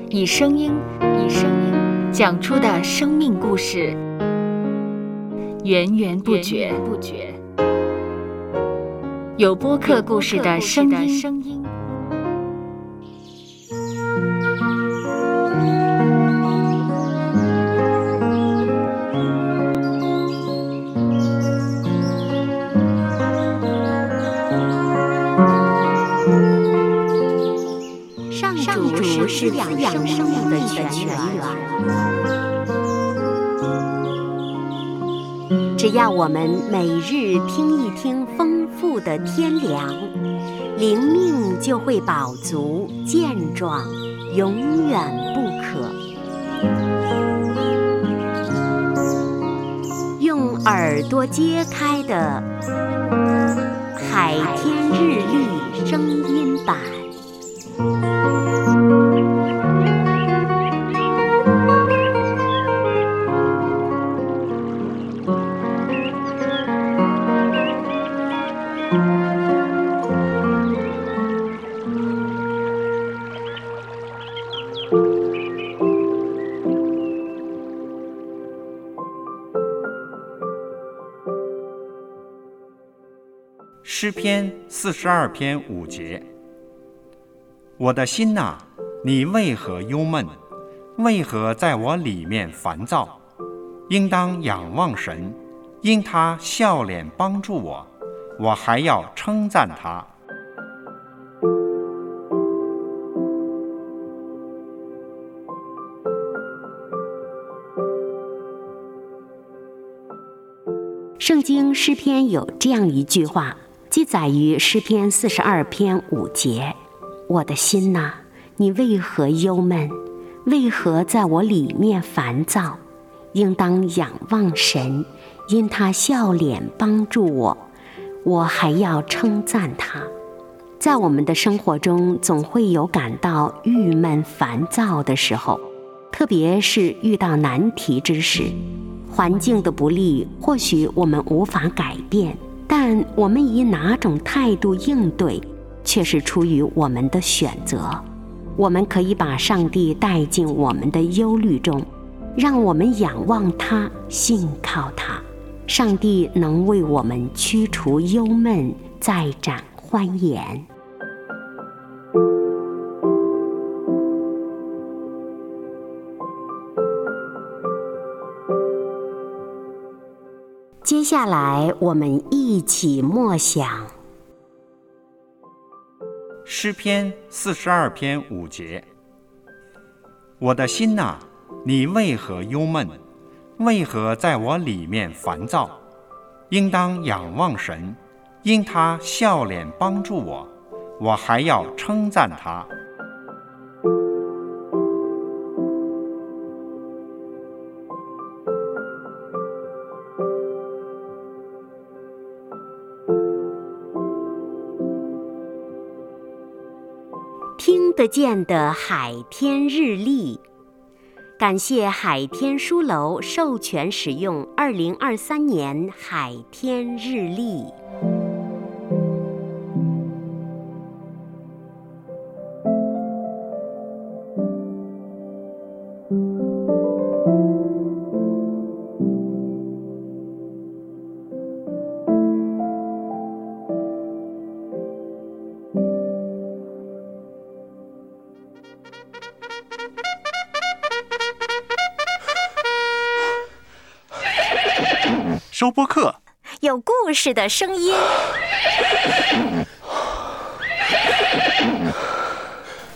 以声音讲出的生命故事，源源不绝。有播客故事的声音。 上主是滋养生命的泉源，只要我们每日听一听丰富的天粮，灵命就会饱足健壮，永远不渴。用耳朵揭开的海天日历声音版。 诗篇42篇5节：我的心哪，你为何忧闷？为何在我里面烦躁？应当仰望神，因他笑脸帮助我，我还要称赞他。 圣经诗篇有这样一句话，记载于诗篇42篇5节：我的心哪，你为何忧闷？为何在我里面烦躁？应当仰望神，因他笑脸帮助我，我还要称赞他。在我们的生活中，总会有感到郁闷烦躁的时候，特别是遇到难题之时。环境的不利，或许我们无法改变，但我们以哪种态度应对，却是出于我们的选择。我们可以把上帝带进我们的忧虑中，让我们仰望他，信靠他。上帝能为我们驱除忧闷，再展欢颜。接下来我们一起默想诗篇42篇5节：我的心哪，你为何忧闷？为何在我里面烦躁？应当仰望神，因他笑脸帮助我，我还要称赞他。 听得见的海天日历，感谢海天书楼授权使用2023年海天日历。 收播客， 有故事的声音。